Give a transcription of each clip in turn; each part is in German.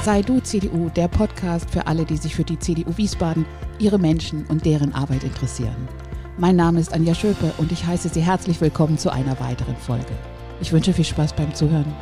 Sei du CDU, der Podcast für alle, die sich für die CDU Wiesbaden, ihre Menschen und deren Arbeit interessieren. Mein Name ist Anja Schöpe und ich heiße Sie herzlich willkommen zu einer weiteren Folge. Ich wünsche viel Spaß beim Zuhören.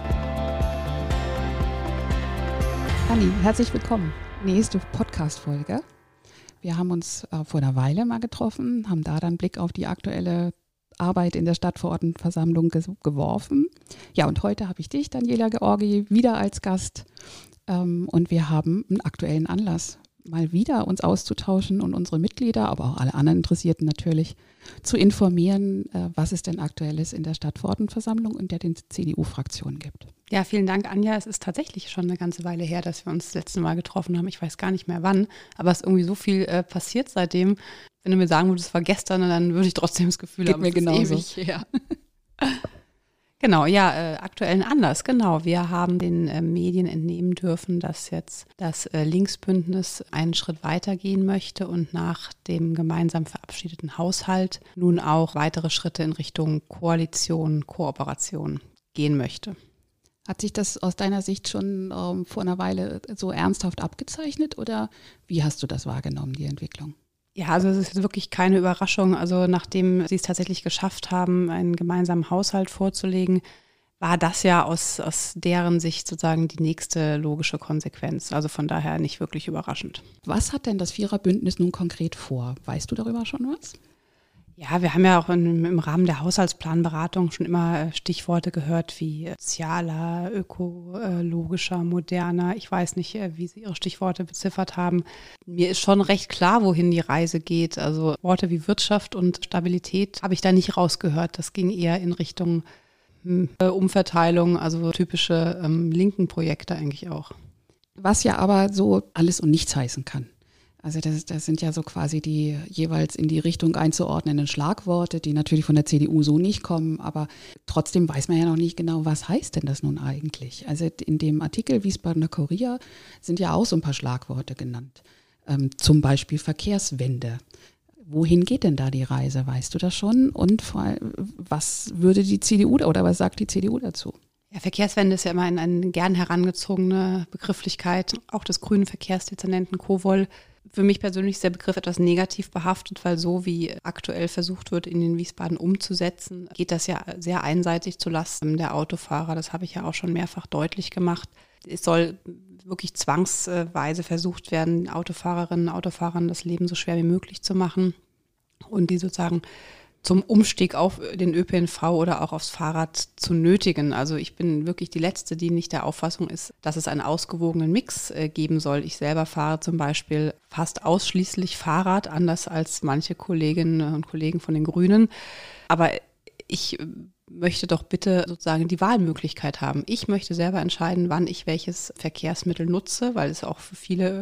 Anni, herzlich willkommen. Nächste Podcast-Folge. Wir haben uns vor einer Weile mal getroffen, haben da dann Blick auf die aktuelle Arbeit in der Stadtverordnetenversammlung geworfen. Ja, und heute habe ich dich, Daniela Georgi, wieder als Gast. Und wir haben einen aktuellen Anlass, mal wieder uns auszutauschen und unsere Mitglieder, aber auch alle anderen Interessierten natürlich, zu informieren, was es denn Aktuelles in der Stadtverordnetenversammlung und der CDU-Fraktion gibt. Ja, vielen Dank, Anja. Es ist tatsächlich schon eine ganze Weile her, dass wir uns das letzte Mal getroffen haben. Ich weiß gar nicht mehr wann, aber es ist irgendwie so viel passiert seitdem. Wenn du mir sagen würdest, es war gestern, dann würde ich trotzdem das Gefühl haben, es ist ewig her. Genau, ja, aktuellen Anlass, genau. Wir haben den Medien entnehmen dürfen, dass jetzt das Linksbündnis einen Schritt weitergehen möchte und nach dem gemeinsam verabschiedeten Haushalt nun auch weitere Schritte in Richtung Koalition, Kooperation gehen möchte. Hat sich das aus deiner Sicht schon vor einer Weile so ernsthaft abgezeichnet oder wie hast du das wahrgenommen, die Entwicklung? Ja, also es ist wirklich keine Überraschung. Also nachdem sie es tatsächlich geschafft haben, einen gemeinsamen Haushalt vorzulegen, war das ja aus deren Sicht sozusagen die nächste logische Konsequenz. Also von daher nicht wirklich überraschend. Was hat denn das Viererbündnis nun konkret vor? Weißt du darüber schon was? Ja, wir haben ja auch im Rahmen der Haushaltsplanberatung schon immer Stichworte gehört wie sozialer, ökologischer, moderner. Ich weiß nicht, wie Sie Ihre Stichworte beziffert haben. Mir ist schon recht klar, wohin die Reise geht. Also Worte wie Wirtschaft und Stabilität habe ich da nicht rausgehört. Das ging eher in Richtung Umverteilung, also typische linken Projekte eigentlich auch. Was ja aber so alles und nichts heißen kann. Also das sind ja so quasi die jeweils in die Richtung einzuordnenden Schlagworte, die natürlich von der CDU so nicht kommen, aber trotzdem weiß man ja noch nicht genau, was heißt denn das nun eigentlich? Also in dem Artikel Wiesbadener Kurier sind ja auch so ein paar Schlagworte genannt, zum Beispiel Verkehrswende. Wohin geht denn da die Reise, weißt du das schon? Und was würde die CDU oder was sagt die CDU dazu? Ja, Verkehrswende ist ja immer eine gern herangezogene Begrifflichkeit, auch des grünen Verkehrsdezernenten Kowol. Für mich persönlich ist der Begriff etwas negativ behaftet, weil so wie aktuell versucht wird, in den Wiesbaden umzusetzen, geht das ja sehr einseitig zulasten der Autofahrer. Das habe ich ja auch schon mehrfach deutlich gemacht. Es soll wirklich zwangsweise versucht werden, Autofahrerinnen und Autofahrern das Leben so schwer wie möglich zu machen und die sozusagen zum Umstieg auf den ÖPNV oder auch aufs Fahrrad zu nötigen. Also ich bin wirklich die Letzte, die nicht der Auffassung ist, dass es einen ausgewogenen Mix geben soll. Ich selber fahre zum Beispiel fast ausschließlich Fahrrad, anders als manche Kolleginnen und Kollegen von den Grünen. Aber ich möchte doch bitte sozusagen die Wahlmöglichkeit haben. Ich möchte selber entscheiden, wann ich welches Verkehrsmittel nutze, weil es auch für viele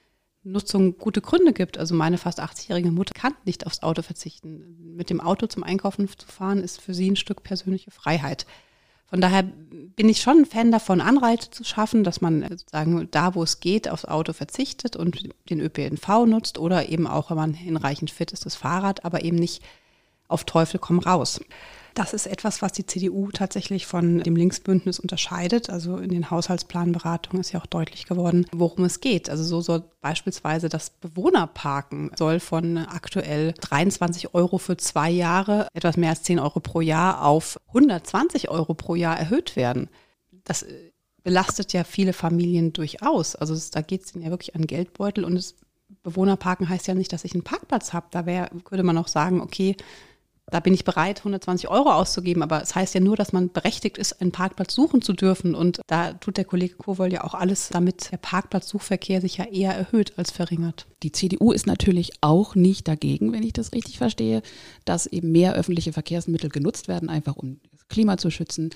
Nutzung gute Gründe gibt. Also meine fast 80-jährige Mutter kann nicht aufs Auto verzichten. Mit dem Auto zum Einkaufen zu fahren, ist für sie ein Stück persönliche Freiheit. Von daher bin ich schon ein Fan davon, Anreize zu schaffen, dass man sozusagen da, wo es geht, aufs Auto verzichtet und den ÖPNV nutzt oder eben auch, wenn man hinreichend fit ist, das Fahrrad, aber eben nicht auf Teufel komm raus. Das ist etwas, was die CDU tatsächlich von dem Linksbündnis unterscheidet. Also in den Haushaltsplanberatungen ist ja auch deutlich geworden, worum es geht. Also so soll beispielsweise das Bewohnerparken soll von aktuell 23 Euro für 2 Jahre, etwas mehr als 10 Euro pro Jahr, auf 120 Euro pro Jahr erhöht werden. Das belastet ja viele Familien durchaus. Also da geht es ihnen ja wirklich an Geldbeutel. Und das Bewohnerparken heißt ja nicht, dass ich einen Parkplatz habe. Da könnte man auch sagen, okay, da bin ich bereit, 120 Euro auszugeben, aber es heißt ja nur, dass man berechtigt ist, einen Parkplatz suchen zu dürfen. Und da tut der Kollege Kowol ja auch alles, damit der Parkplatzsuchverkehr sich ja eher erhöht als verringert. Die CDU ist natürlich auch nicht dagegen, wenn ich das richtig verstehe, dass eben mehr öffentliche Verkehrsmittel genutzt werden, einfach um das Klima zu schützen,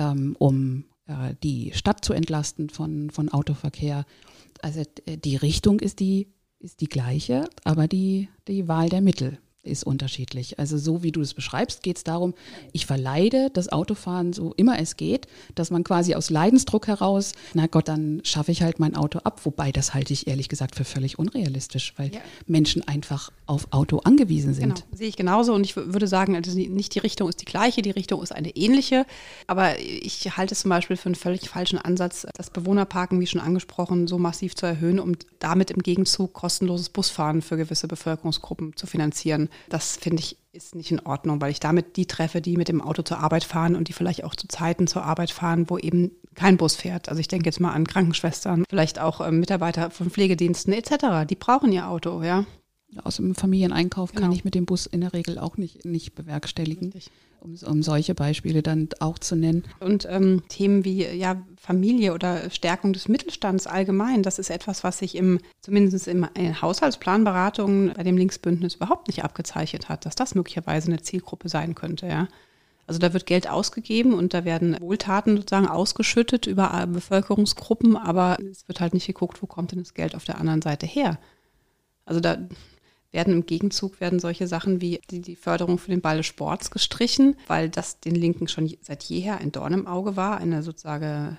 um die Stadt zu entlasten von Autoverkehr. Also die Richtung ist die gleiche, aber die Wahl der Mittel ist unterschiedlich. Also so wie du es beschreibst, geht es darum, ich verleide das Autofahren so immer es geht, dass man quasi aus Leidensdruck heraus, na Gott, dann schaffe ich halt mein Auto ab. Wobei das halte ich ehrlich gesagt für völlig unrealistisch, weil Menschen einfach auf Auto angewiesen sind. Genau, sehe ich genauso und ich würde sagen, also nicht die Richtung ist die gleiche, die Richtung ist eine ähnliche, aber ich halte es zum Beispiel für einen völlig falschen Ansatz, das Bewohnerparken, wie schon angesprochen, so massiv zu erhöhen, um damit im Gegenzug kostenloses Busfahren für gewisse Bevölkerungsgruppen zu finanzieren. Das finde ich ist nicht in Ordnung, weil ich damit die treffe, die mit dem Auto zur Arbeit fahren und die vielleicht auch zu Zeiten zur Arbeit fahren, wo eben kein Bus fährt. Also ich denke jetzt mal an Krankenschwestern, vielleicht auch Mitarbeiter von Pflegediensten etc. Die brauchen ihr Auto, ja. Aus dem Familieneinkauf kann ich mit dem Bus in der Regel auch nicht bewerkstelligen, um solche Beispiele dann auch zu nennen. Und Themen wie Familie oder Stärkung des Mittelstands allgemein, das ist etwas, was sich zumindest in Haushaltsplanberatungen bei dem Linksbündnis überhaupt nicht abgezeichnet hat, dass das möglicherweise eine Zielgruppe sein könnte, ja. Also da wird Geld ausgegeben und da werden Wohltaten sozusagen ausgeschüttet über Bevölkerungsgruppen, aber es wird halt nicht geguckt, wo kommt denn das Geld auf der anderen Seite her. Also da im Gegenzug solche Sachen wie die Förderung für den Ball des Sports gestrichen, weil das den Linken schon seit jeher ein Dorn im Auge war, eine sozusagen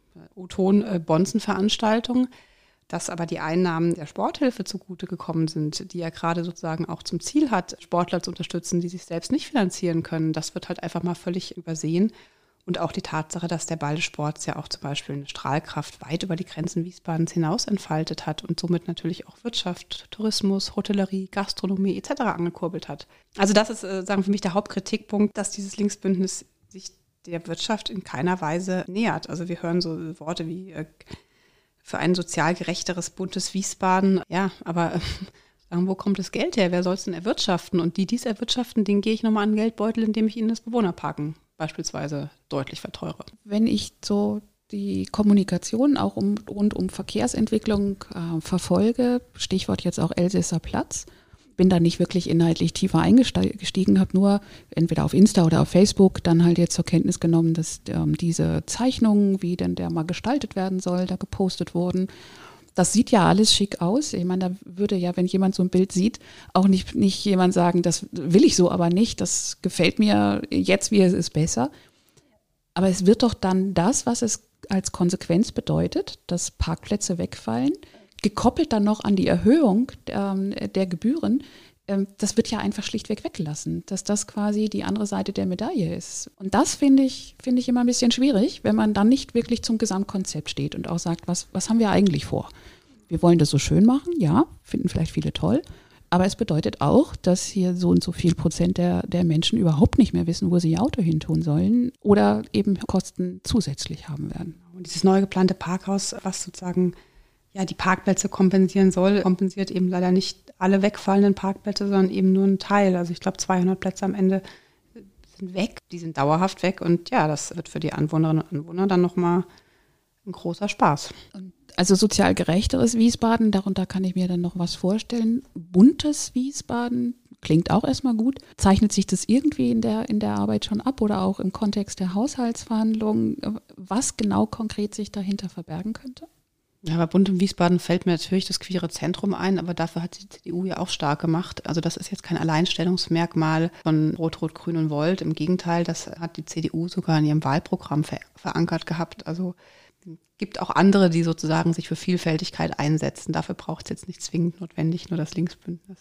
O-Ton-Bonzen-Veranstaltung, dass aber die Einnahmen der Sporthilfe zugute gekommen sind, die ja gerade sozusagen auch zum Ziel hat, Sportler zu unterstützen, die sich selbst nicht finanzieren können. Das wird halt einfach mal völlig übersehen. Und auch die Tatsache, dass der Ball des Sports ja auch zum Beispiel eine Strahlkraft weit über die Grenzen Wiesbadens hinaus entfaltet hat und somit natürlich auch Wirtschaft, Tourismus, Hotellerie, Gastronomie etc. angekurbelt hat. Also das ist, für mich der Hauptkritikpunkt, dass dieses Linksbündnis sich der Wirtschaft in keiner Weise nähert. Also wir hören so Worte wie für ein sozial gerechteres, buntes Wiesbaden. Ja, aber wo kommt das Geld her? Wer soll es denn erwirtschaften? Und die dies erwirtschaften, denen gehe ich nochmal an den Geldbeutel, indem ich ihnen das Bewohnerparken beispielsweise deutlich verteure. Wenn ich so die Kommunikation auch rund um Verkehrsentwicklung verfolge, Stichwort jetzt auch Elsässer Platz, bin da nicht wirklich inhaltlich tiefer eingestiegen, habe nur entweder auf Insta oder auf Facebook dann halt jetzt zur Kenntnis genommen, dass diese Zeichnungen, wie denn der mal gestaltet werden soll, da gepostet wurden. Das sieht ja alles schick aus. Ich meine, da würde ja, wenn jemand so ein Bild sieht, auch nicht jemand sagen, das will ich so aber nicht, das gefällt mir jetzt, wie es ist, besser. Aber es wird doch dann das, was es als Konsequenz bedeutet, dass Parkplätze wegfallen, gekoppelt dann noch an die Erhöhung der Gebühren, das wird ja einfach schlichtweg weggelassen, dass das quasi die andere Seite der Medaille ist. Und das finde ich immer ein bisschen schwierig, wenn man dann nicht wirklich zum Gesamtkonzept steht und auch sagt, was haben wir eigentlich vor? Wir wollen das so schön machen, ja, finden vielleicht viele toll, aber es bedeutet auch, dass hier so und so viel Prozent der Menschen überhaupt nicht mehr wissen, wo sie ihr Auto hin tun sollen oder eben Kosten zusätzlich haben werden. Und dieses neu geplante Parkhaus, was sozusagen die Parkplätze kompensieren soll, kompensiert eben leider nicht alle wegfallenden Parkplätze, sondern eben nur einen Teil. Also ich glaube, 200 Plätze am Ende sind weg, die sind dauerhaft weg und ja, das wird für die Anwohnerinnen und Anwohner dann nochmal ein großer Spaß. Also sozial gerechteres Wiesbaden, darunter kann ich mir dann noch was vorstellen. Buntes Wiesbaden klingt auch erstmal gut. Zeichnet sich das irgendwie in der Arbeit schon ab oder auch im Kontext der Haushaltsverhandlungen, was genau konkret sich dahinter verbergen könnte? Ja, bei Bunt im Wiesbaden fällt mir natürlich das queere Zentrum ein, aber dafür hat die CDU ja auch stark gemacht. Also das ist jetzt kein Alleinstellungsmerkmal von Rot-Rot-Grün und Volt. Im Gegenteil, das hat die CDU sogar in ihrem Wahlprogramm verankert gehabt. Also es gibt auch andere, die sozusagen sich für Vielfältigkeit einsetzen. Dafür braucht es jetzt nicht zwingend notwendig nur das Linksbündnis.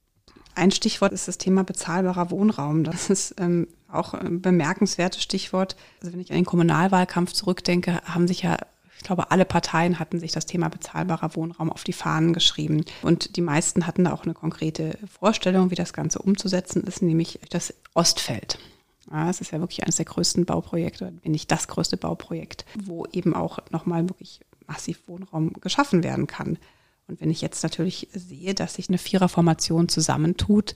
Ein Stichwort ist das Thema bezahlbarer Wohnraum. Das ist auch ein bemerkenswertes Stichwort. Also wenn ich an den Kommunalwahlkampf zurückdenke, haben sich ja ich glaube, alle Parteien hatten sich das Thema bezahlbarer Wohnraum auf die Fahnen geschrieben. Und die meisten hatten da auch eine konkrete Vorstellung, wie das Ganze umzusetzen ist, nämlich das Ostfeld. Ja, es ist ja wirklich eines der größten Bauprojekte, wenn nicht das größte Bauprojekt, wo eben auch nochmal wirklich massiv Wohnraum geschaffen werden kann. Und wenn ich jetzt natürlich sehe, dass sich eine Viererformation zusammentut,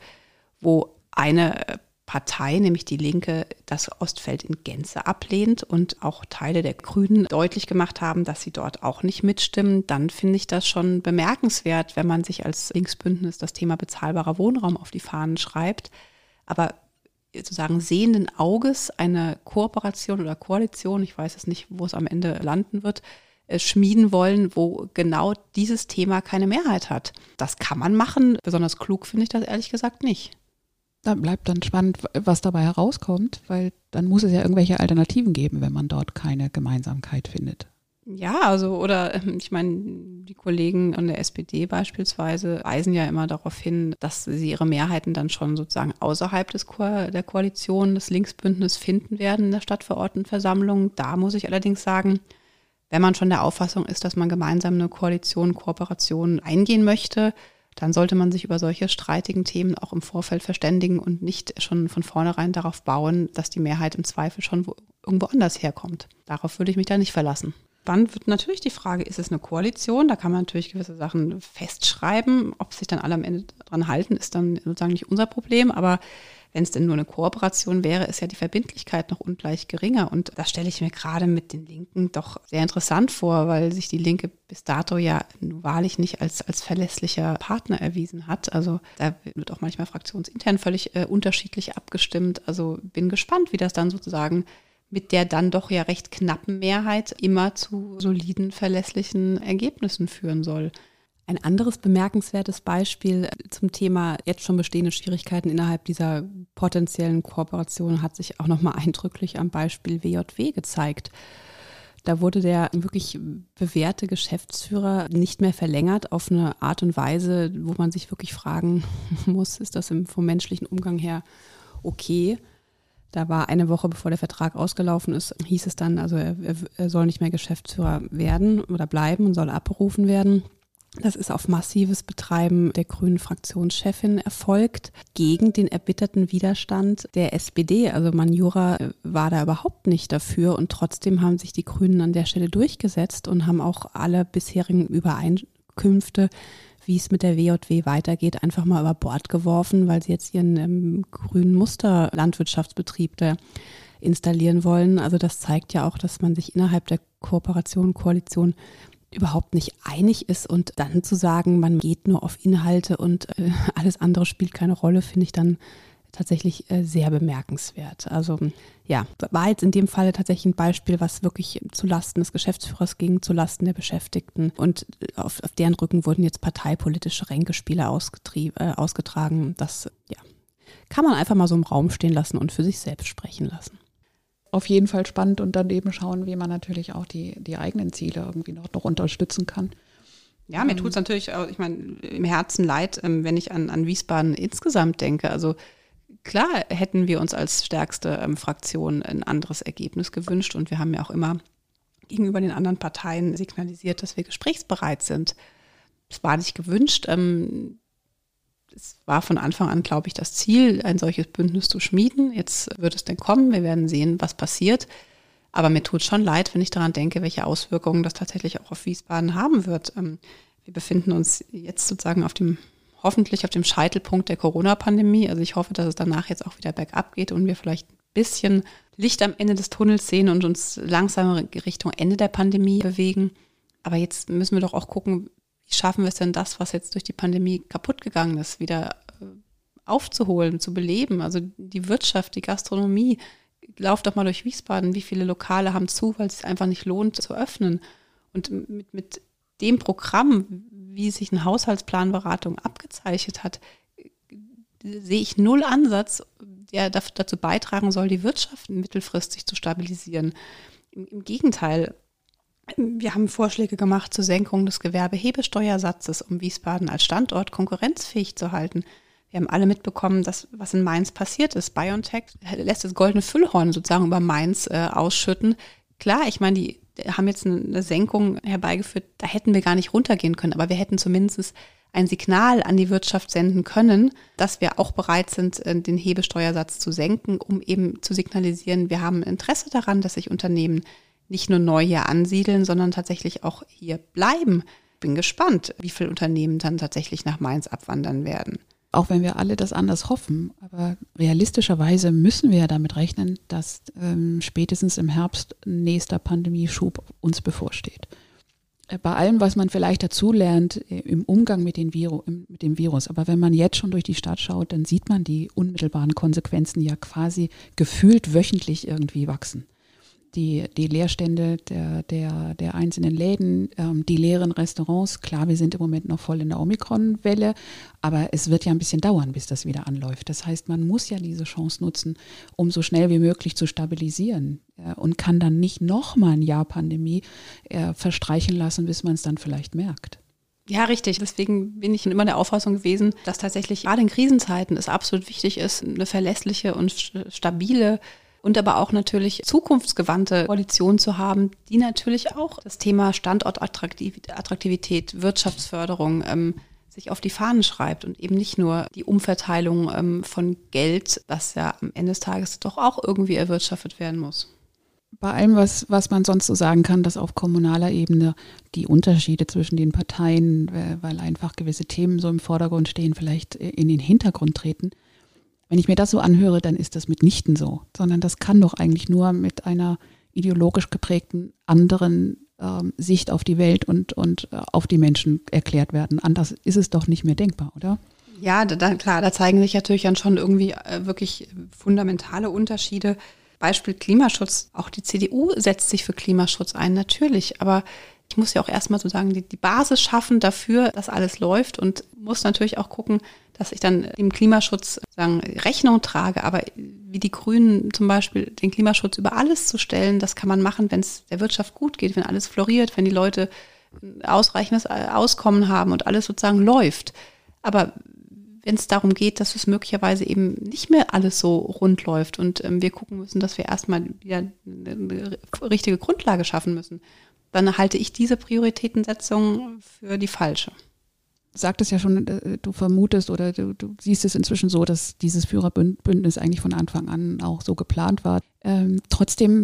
wo eine Partei, nämlich die Linke, das Ostfeld in Gänze ablehnt und auch Teile der Grünen deutlich gemacht haben, dass sie dort auch nicht mitstimmen, dann finde ich das schon bemerkenswert, wenn man sich als Linksbündnis das Thema bezahlbarer Wohnraum auf die Fahnen schreibt. Aber sozusagen sehenden Auges eine Kooperation oder Koalition, ich weiß es nicht, wo es am Ende landen wird, schmieden wollen, wo genau dieses Thema keine Mehrheit hat. Das kann man machen. Besonders klug finde ich das ehrlich gesagt nicht. Da bleibt dann spannend, was dabei herauskommt, weil dann muss es ja irgendwelche Alternativen geben, wenn man dort keine Gemeinsamkeit findet. Ja, also oder ich meine, die Kollegen an der SPD beispielsweise weisen ja immer darauf hin, dass sie ihre Mehrheiten dann schon sozusagen außerhalb der Koalition, des Linksbündnisses finden werden in der Stadtverordnetenversammlung. Da muss ich allerdings sagen, wenn man schon der Auffassung ist, dass man gemeinsam eine Kooperation eingehen möchte, dann sollte man sich über solche streitigen Themen auch im Vorfeld verständigen und nicht schon von vornherein darauf bauen, dass die Mehrheit im Zweifel schon irgendwo anders herkommt. Darauf würde ich mich da nicht verlassen. Dann wird natürlich die Frage, ist es eine Koalition? Da kann man natürlich gewisse Sachen festschreiben. Ob sich dann alle am Ende dran halten, ist dann sozusagen nicht unser Problem. Aber wenn es denn nur eine Kooperation wäre, ist ja die Verbindlichkeit noch ungleich geringer. Und das stelle ich mir gerade mit den Linken doch sehr interessant vor, weil sich die Linke bis dato ja wahrlich nicht als verlässlicher Partner erwiesen hat. Also da wird auch manchmal fraktionsintern völlig unterschiedlich abgestimmt. Also bin gespannt, wie das dann sozusagen mit der dann doch ja recht knappen Mehrheit immer zu soliden, verlässlichen Ergebnissen führen soll. Ein anderes bemerkenswertes Beispiel zum Thema jetzt schon bestehende Schwierigkeiten innerhalb dieser potenziellen Kooperation hat sich auch nochmal eindrücklich am Beispiel WJW gezeigt. Da wurde der wirklich bewährte Geschäftsführer nicht mehr verlängert auf eine Art und Weise, wo man sich wirklich fragen muss, ist das vom menschlichen Umgang her okay? Da war eine Woche, bevor der Vertrag ausgelaufen ist, hieß es dann, also er soll nicht mehr Geschäftsführer werden oder bleiben und soll abberufen werden. Das ist auf massives Betreiben der grünen Fraktionschefin erfolgt, gegen den erbitterten Widerstand der SPD. Also Manjura war da überhaupt nicht dafür und trotzdem haben sich die Grünen an der Stelle durchgesetzt und haben auch alle bisherigen Übereinkünfte, wie es mit der WJW weitergeht, einfach mal über Bord geworfen, weil sie jetzt ihren grünen Musterlandwirtschaftsbetrieb da installieren wollen. Also das zeigt ja auch, dass man sich innerhalb der Koalition überhaupt nicht einig ist und dann zu sagen, man geht nur auf Inhalte und alles andere spielt keine Rolle, finde ich dann tatsächlich sehr bemerkenswert. Also ja, war jetzt in dem Fall tatsächlich ein Beispiel, was wirklich zulasten des Geschäftsführers ging, zulasten der Beschäftigten und auf deren Rücken wurden jetzt parteipolitische Ränkespiele ausgetragen. Das kann man einfach mal so im Raum stehen lassen und für sich selbst sprechen lassen. Auf jeden Fall spannend und dann eben schauen, wie man natürlich auch die eigenen Ziele irgendwie noch unterstützen kann. Ja, mir tut es natürlich auch, ich meine, im Herzen leid, wenn ich an Wiesbaden insgesamt denke. Also klar hätten wir uns als stärkste Fraktion ein anderes Ergebnis gewünscht und wir haben ja auch immer gegenüber den anderen Parteien signalisiert, dass wir gesprächsbereit sind. Es war nicht gewünscht. Es war von Anfang an, glaube ich, das Ziel, ein solches Bündnis zu schmieden. Jetzt wird es denn kommen. Wir werden sehen, was passiert. Aber mir tut schon leid, wenn ich daran denke, welche Auswirkungen das tatsächlich auch auf Wiesbaden haben wird. Wir befinden uns jetzt sozusagen hoffentlich auf dem Scheitelpunkt der Corona-Pandemie. Also ich hoffe, dass es danach jetzt auch wieder bergab geht und wir vielleicht ein bisschen Licht am Ende des Tunnels sehen und uns langsam Richtung Ende der Pandemie bewegen. Aber jetzt müssen wir doch auch gucken, wie schaffen wir es denn das, was jetzt durch die Pandemie kaputt gegangen ist, wieder aufzuholen, zu beleben. Also die Wirtschaft, die Gastronomie, lauft doch mal durch Wiesbaden. Wie viele Lokale haben zu, weil es sich einfach nicht lohnt zu öffnen. Und mit dem Programm, wie sich eine Haushaltsplanberatung abgezeichnet hat, sehe ich null Ansatz, der dazu beitragen soll, die Wirtschaft mittelfristig zu stabilisieren. Im Gegenteil, wir haben Vorschläge gemacht zur Senkung des Gewerbehebesteuersatzes, um Wiesbaden als Standort konkurrenzfähig zu halten. Wir haben alle mitbekommen, was in Mainz passiert ist. BioNTech lässt das goldene Füllhorn sozusagen über Mainz ausschütten. Klar, ich meine, die haben jetzt eine Senkung herbeigeführt, da hätten wir gar nicht runtergehen können, aber wir hätten zumindest ein Signal an die Wirtschaft senden können, dass wir auch bereit sind, den Hebesteuersatz zu senken, um eben zu signalisieren, wir haben Interesse daran, dass sich Unternehmen nicht nur neu hier ansiedeln, sondern tatsächlich auch hier bleiben. Bin gespannt, wie viele Unternehmen dann tatsächlich nach Mainz abwandern werden. Auch wenn wir alle das anders hoffen, aber realistischerweise müssen wir ja damit rechnen, dass spätestens im Herbst ein nächster Pandemieschub uns bevorsteht. Bei allem, was man vielleicht dazulernt im Umgang mit dem Virus, aber wenn man jetzt schon durch die Stadt schaut, dann sieht man die unmittelbaren Konsequenzen ja quasi gefühlt wöchentlich irgendwie wachsen. die Leerstände der einzelnen Läden, die leeren Restaurants. Klar, wir sind im Moment noch voll in der Omikron-Welle, aber es wird ja ein bisschen dauern, bis das wieder anläuft. Das heißt, man muss ja diese Chance nutzen, um so schnell wie möglich zu stabilisieren und kann dann nicht nochmal ein Jahr Pandemie verstreichen lassen, bis man es dann vielleicht merkt. Ja, richtig. Deswegen bin ich immer der Auffassung gewesen, dass tatsächlich gerade in Krisenzeiten es absolut wichtig ist, eine verlässliche und stabile und aber auch natürlich zukunftsgewandte Koalition zu haben, die natürlich auch das Thema Standortattraktivität, Wirtschaftsförderung sich auf die Fahnen schreibt und eben nicht nur die Umverteilung von Geld, das ja am Ende des Tages doch auch irgendwie erwirtschaftet werden muss. Bei allem, was man sonst so sagen kann, dass auf kommunaler Ebene die Unterschiede zwischen den Parteien, weil einfach gewisse Themen so im Vordergrund stehen, vielleicht in den Hintergrund treten. Wenn ich mir das so anhöre, dann ist das mitnichten so, sondern das kann doch eigentlich nur mit einer ideologisch geprägten anderen Sicht auf die Welt und auf die Menschen erklärt werden. Anders ist es doch nicht mehr denkbar, oder? Ja, klar, da zeigen sich natürlich dann schon irgendwie wirklich fundamentale Unterschiede. Beispiel Klimaschutz. Auch die CDU setzt sich für Klimaschutz ein, natürlich. Aber ich muss ja auch erstmal sozusagen die Basis schaffen dafür, dass alles läuft und muss natürlich auch gucken, dass ich dann dem Klimaschutz Rechnung trage. Aber wie die Grünen zum Beispiel, den Klimaschutz über alles zu stellen, das kann man machen, wenn es der Wirtschaft gut geht, wenn alles floriert, wenn die Leute ausreichendes Auskommen haben und alles sozusagen läuft. Aber wenn es darum geht, dass es möglicherweise eben nicht mehr alles so rund läuft und wir gucken müssen, dass wir erstmal wieder eine richtige Grundlage schaffen müssen, dann halte ich diese Prioritätensetzung für die falsche. Du sagtest ja schon, du vermutest oder du siehst es inzwischen so, dass dieses Führerbündnis eigentlich von Anfang an auch so geplant war. Trotzdem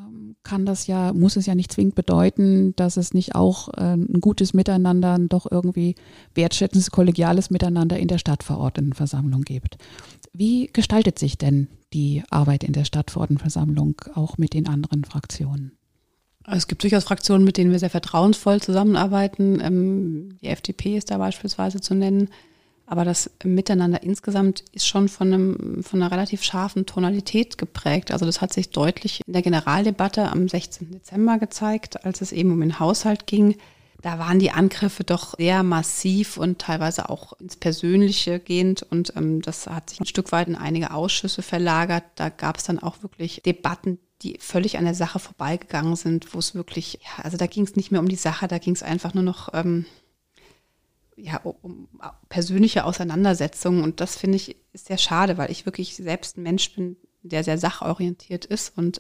muss es ja nicht zwingend bedeuten, dass es nicht auch ein gutes Miteinander, doch irgendwie wertschätzendes, kollegiales Miteinander in der Stadtverordnetenversammlung gibt. Wie gestaltet sich denn die Arbeit in der Stadtverordnetenversammlung auch mit den anderen Fraktionen? Es gibt durchaus Fraktionen, mit denen wir sehr vertrauensvoll zusammenarbeiten. Die FDP ist da beispielsweise zu nennen. Aber das Miteinander insgesamt ist schon von einer relativ scharfen Tonalität geprägt. Also das hat sich deutlich in der Generaldebatte am 16. Dezember gezeigt, als es eben um den Haushalt ging. Da waren die Angriffe doch sehr massiv und teilweise auch ins Persönliche gehend. Und das hat sich ein Stück weit in einige Ausschüsse verlagert. Da gab es dann auch wirklich Debatten, die völlig an der Sache vorbeigegangen sind, wo es wirklich, ja, also da ging es nicht mehr um die Sache, da ging es einfach nur noch um persönliche Auseinandersetzungen. Und das finde ich ist sehr schade, weil ich wirklich selbst ein Mensch bin, der sehr sachorientiert ist und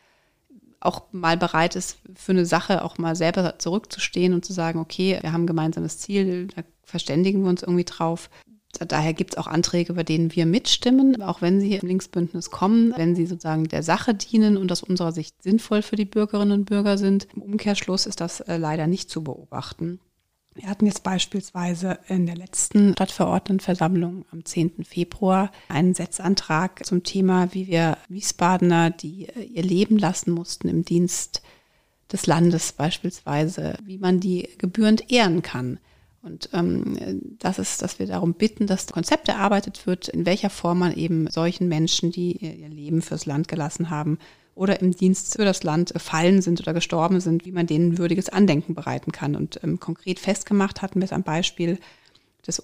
auch mal bereit ist, für eine Sache auch mal selber zurückzustehen und zu sagen, okay, wir haben ein gemeinsames Ziel, da verständigen wir uns irgendwie drauf. Daher gibt es auch Anträge, bei denen wir mitstimmen, auch wenn sie im Linksbündnis kommen, wenn sie sozusagen der Sache dienen und aus unserer Sicht sinnvoll für die Bürgerinnen und Bürger sind. Im Umkehrschluss ist das leider nicht zu beobachten. Wir hatten jetzt beispielsweise in der letzten Stadtverordnetenversammlung am 10. Februar einen Setzantrag zum Thema, wie wir Wiesbadener, die ihr Leben lassen mussten im Dienst des Landes beispielsweise, wie man die gebührend ehren kann. Und dass wir darum bitten, dass ein Konzept erarbeitet wird, in welcher Form man eben solchen Menschen, die ihr Leben fürs Land gelassen haben oder im Dienst für das Land gefallen sind oder gestorben sind, wie man denen würdiges Andenken bereiten kann. Und konkret festgemacht hatten wir es am Beispiel des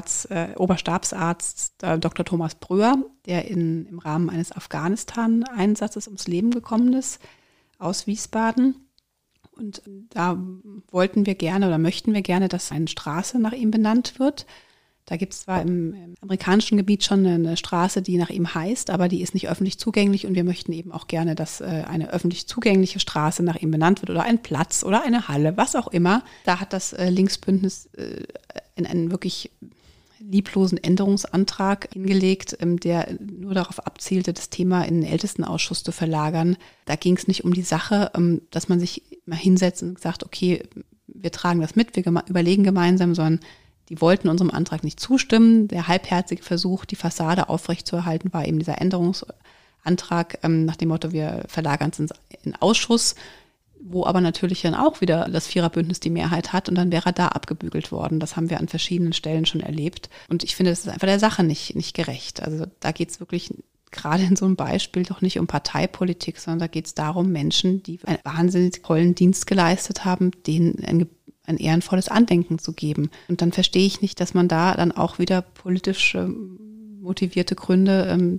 Oberstabsarztes Dr. Thomas Bröhr, der im Rahmen eines Afghanistan-Einsatzes ums Leben gekommen ist, aus Wiesbaden. Und da möchten wir gerne, dass eine Straße nach ihm benannt wird. Da gibt es zwar im amerikanischen Gebiet schon eine Straße, die nach ihm heißt, aber die ist nicht öffentlich zugänglich und wir möchten eben auch gerne, dass eine öffentlich zugängliche Straße nach ihm benannt wird oder ein Platz oder eine Halle, was auch immer. Da hat das Linksbündnis in einen wirklich lieblosen Änderungsantrag hingelegt, der nur darauf abzielte, das Thema in den Ältestenausschuss zu verlagern. Da ging es nicht um die Sache, dass man sich mal hinsetzt und sagt, okay, wir tragen das mit, wir überlegen gemeinsam, sondern die wollten unserem Antrag nicht zustimmen. Der halbherzige Versuch, die Fassade aufrechtzuerhalten, war eben dieser Änderungsantrag nach dem Motto, wir verlagern es in den Ausschuss, wo aber natürlich dann auch wieder das Viererbündnis die Mehrheit hat und dann wäre er da abgebügelt worden. Das haben wir an verschiedenen Stellen schon erlebt. Und ich finde, das ist einfach der Sache nicht gerecht. Also da geht es wirklich gerade in so einem Beispiel doch nicht um Parteipolitik, sondern da geht es darum, Menschen, die einen wahnsinnig tollen Dienst geleistet haben, denen ein ehrenvolles Andenken zu geben. Und dann verstehe ich nicht, dass man da dann auch wieder politisch motivierte Gründe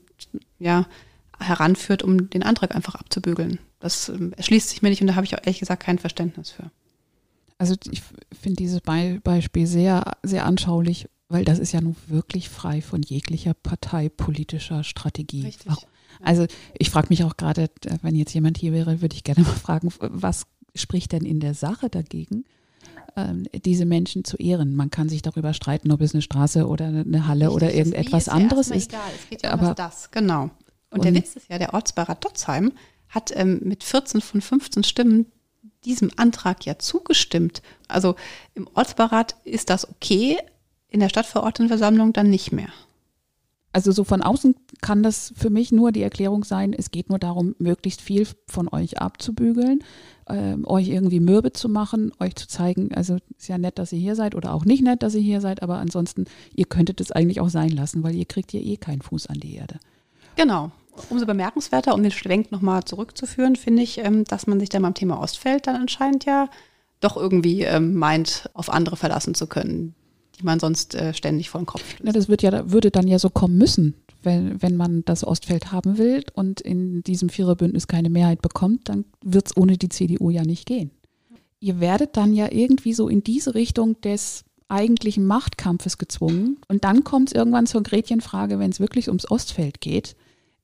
heranführt, um den Antrag einfach abzubügeln. Das erschließt sich mir nicht und da habe ich auch ehrlich gesagt kein Verständnis für. Also ich finde dieses Beispiel sehr, sehr anschaulich, weil das ist ja nun wirklich frei von jeglicher parteipolitischer Strategie. Richtig. Also ich frage mich auch gerade, wenn jetzt jemand hier wäre, würde ich gerne mal fragen, was spricht denn in der Sache dagegen, diese Menschen zu ehren? Man kann sich darüber streiten, ob es eine Straße oder eine Halle Richtig, oder irgendetwas anderes ist. Egal. Es geht ja um das, genau. Und der Witz ist ja, der Ortsbeirat Dotzheim hat mit 14 von 15 Stimmen diesem Antrag ja zugestimmt. Also im Ortsbeirat ist das okay, in der Stadtverordnetenversammlung dann nicht mehr. Also so von außen kann das für mich nur die Erklärung sein, es geht nur darum, möglichst viel von euch abzubügeln, euch irgendwie mürbe zu machen, euch zu zeigen, also ist ja nett, dass ihr hier seid oder auch nicht nett, dass ihr hier seid, aber ansonsten, ihr könntet es eigentlich auch sein lassen, weil ihr kriegt ja eh keinen Fuß an die Erde. Genau. Umso bemerkenswerter, um den Schwenk nochmal zurückzuführen, finde ich, dass man sich dann beim Thema Ostfeld dann anscheinend ja doch irgendwie meint, auf andere verlassen zu können, die man sonst ständig vor den Kopf stößt. Na, das würde dann ja so kommen müssen, wenn man das Ostfeld haben will und in diesem Viererbündnis keine Mehrheit bekommt, dann wird es ohne die CDU ja nicht gehen. Ihr werdet dann ja irgendwie so in diese Richtung des eigentlichen Machtkampfes gezwungen und dann kommt es irgendwann zur Gretchenfrage, wenn es wirklich ums Ostfeld geht,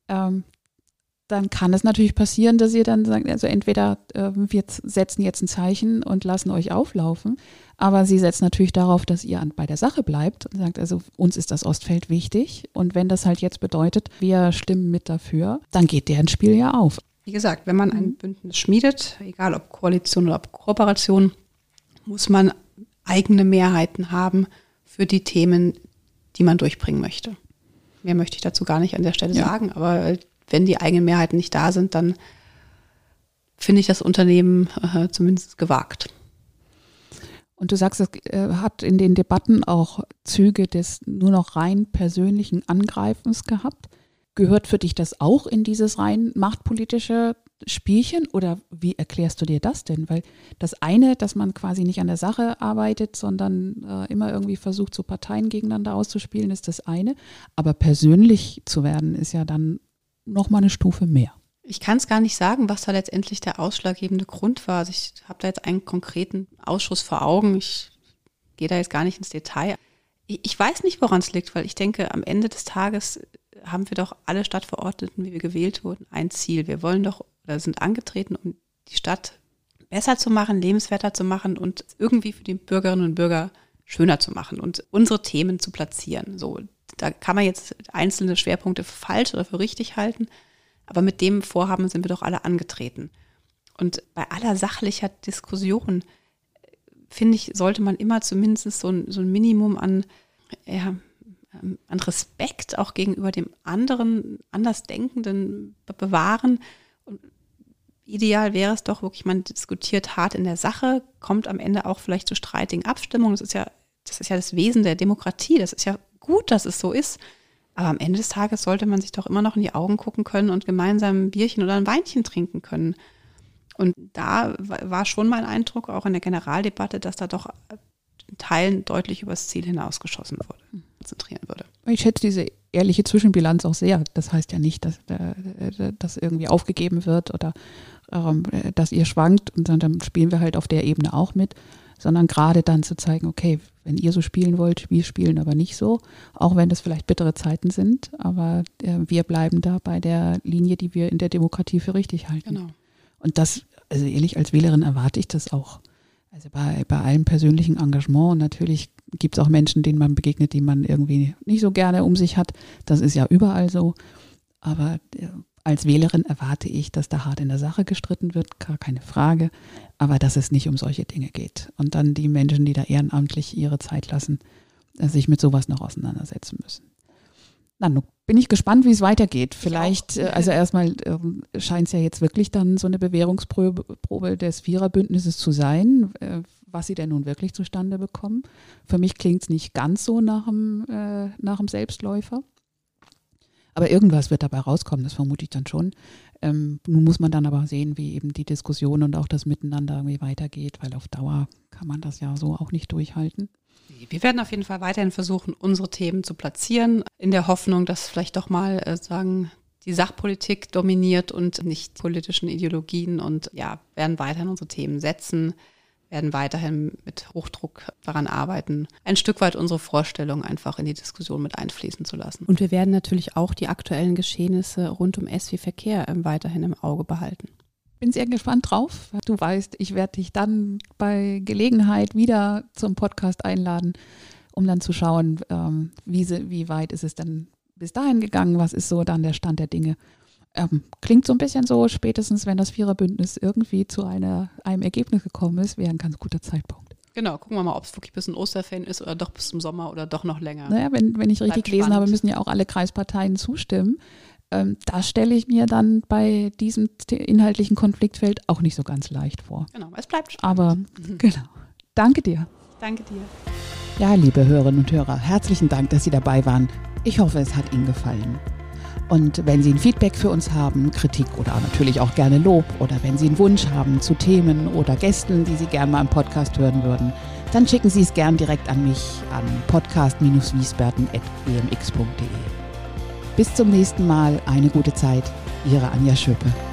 dann kann es natürlich passieren, dass ihr dann sagt, also entweder wir setzen jetzt ein Zeichen und lassen euch auflaufen, aber sie setzt natürlich darauf, dass ihr bei der Sache bleibt und sagt, also uns ist das Ostfeld wichtig und wenn das halt jetzt bedeutet, wir stimmen mit dafür, dann geht deren Spiel ja auf. Wie gesagt, wenn man ein Bündnis schmiedet, egal ob Koalition oder ob Kooperation, muss man eigene Mehrheiten haben für die Themen, die man durchbringen möchte. Mehr möchte ich dazu gar nicht an der Stelle sagen, aber wenn die eigenen Mehrheiten nicht da sind, dann finde ich das Unternehmen zumindest gewagt. Und du sagst, es hat in den Debatten auch Züge des nur noch rein persönlichen Angreifens gehabt. Gehört für dich das auch in dieses rein machtpolitische Spielchen oder wie erklärst du dir das denn? Weil das eine, dass man quasi nicht an der Sache arbeitet, sondern immer irgendwie versucht, so Parteien gegeneinander auszuspielen, ist das eine. Aber persönlich zu werden, ist ja dann nochmal eine Stufe mehr. Ich kann es gar nicht sagen, was da letztendlich der ausschlaggebende Grund war. Also ich habe da jetzt einen konkreten Ausschuss vor Augen. Ich gehe da jetzt gar nicht ins Detail. Ich weiß nicht, woran es liegt, weil ich denke, am Ende des Tages haben wir doch alle Stadtverordneten, wie wir gewählt wurden, ein Ziel. Wir wollen doch oder sind angetreten, um die Stadt besser zu machen, lebenswerter zu machen und irgendwie für die Bürgerinnen und Bürger schöner zu machen und unsere Themen zu platzieren. So, da kann man jetzt einzelne Schwerpunkte für falsch oder für richtig halten, aber mit dem Vorhaben sind wir doch alle angetreten. Und bei aller sachlicher Diskussion, finde ich, sollte man immer zumindest so ein Minimum an Respekt auch gegenüber dem anderen, Andersdenkenden bewahren. Und ideal wäre es doch wirklich, man diskutiert hart in der Sache, kommt am Ende auch vielleicht zu streitigen Abstimmungen. Das ist ja das Wesen der Demokratie. Das ist ja gut, dass es so ist. Aber am Ende des Tages sollte man sich doch immer noch in die Augen gucken können und gemeinsam ein Bierchen oder ein Weinchen trinken können. Und da war schon mein Eindruck, auch in der Generaldebatte, dass da doch in Teilen deutlich übers Ziel hinausgeschossen wurde, konzentrieren würde. Ich schätze diese ehrliche Zwischenbilanz auch sehr. Das heißt ja nicht, dass das irgendwie aufgegeben wird oder dass ihr schwankt und dann spielen wir halt auf der Ebene auch mit, sondern gerade dann zu zeigen, okay, wenn ihr so spielen wollt, wir spielen aber nicht so, auch wenn das vielleicht bittere Zeiten sind, aber wir bleiben da bei der Linie, die wir in der Demokratie für richtig halten. Genau. Und das, also ehrlich, als Wählerin erwarte ich das auch. Also bei allem persönlichen Engagement, und natürlich gibt es auch Menschen, denen man begegnet, die man irgendwie nicht so gerne um sich hat. Das ist ja überall so. Aber als Wählerin erwarte ich, dass da hart in der Sache gestritten wird, gar keine Frage. Aber dass es nicht um solche Dinge geht. Und dann die Menschen, die da ehrenamtlich ihre Zeit lassen, sich mit sowas noch auseinandersetzen müssen. Na, nun bin ich gespannt, wie es weitergeht. Vielleicht, also erstmal scheint es ja jetzt wirklich dann so eine Bewährungsprobe des Viererbündnisses zu sein, was sie denn nun wirklich zustande bekommen. Für mich klingt es nicht ganz so nach dem Selbstläufer. Aber irgendwas wird dabei rauskommen, das vermute ich dann schon. Nun muss man dann aber sehen, wie eben die Diskussion und auch das Miteinander irgendwie weitergeht, weil auf Dauer kann man das ja so auch nicht durchhalten. Wir werden auf jeden Fall weiterhin versuchen, unsere Themen zu platzieren, in der Hoffnung, dass vielleicht doch mal die Sachpolitik dominiert und nicht politischen Ideologien, und ja, werden weiterhin unsere Themen setzen, werden weiterhin mit Hochdruck daran arbeiten, ein Stück weit unsere Vorstellungen einfach in die Diskussion mit einfließen zu lassen. Und wir werden natürlich auch die aktuellen Geschehnisse rund um SW Verkehr weiterhin im Auge behalten. Bin sehr gespannt drauf. Du weißt, ich werde dich dann bei Gelegenheit wieder zum Podcast einladen, um dann zu schauen, wie weit ist es denn bis dahin gegangen, was ist so dann der Stand der Dinge. Klingt so ein bisschen so, spätestens wenn das Viererbündnis irgendwie zu einem Ergebnis gekommen ist, wäre ein ganz guter Zeitpunkt. Genau, gucken wir mal, ob es wirklich bis in Osterferien ist oder doch bis zum Sommer oder doch noch länger. Naja, wenn ich richtig gelesen habe, müssen ja auch alle Kreisparteien zustimmen. Da stelle ich mir dann bei diesem inhaltlichen Konfliktfeld auch nicht so ganz leicht vor. Genau, es bleibt spannend. Aber genau, danke dir. Danke dir. Ja, liebe Hörerinnen und Hörer, herzlichen Dank, dass Sie dabei waren. Ich hoffe, es hat Ihnen gefallen. Und wenn Sie ein Feedback für uns haben, Kritik oder natürlich auch gerne Lob, oder wenn Sie einen Wunsch haben zu Themen oder Gästen, die Sie gerne mal im Podcast hören würden, dann schicken Sie es gern direkt an mich an podcast-wiesbaden@gmx.de. Bis zum nächsten Mal, eine gute Zeit. Ihre Anja Schöpe.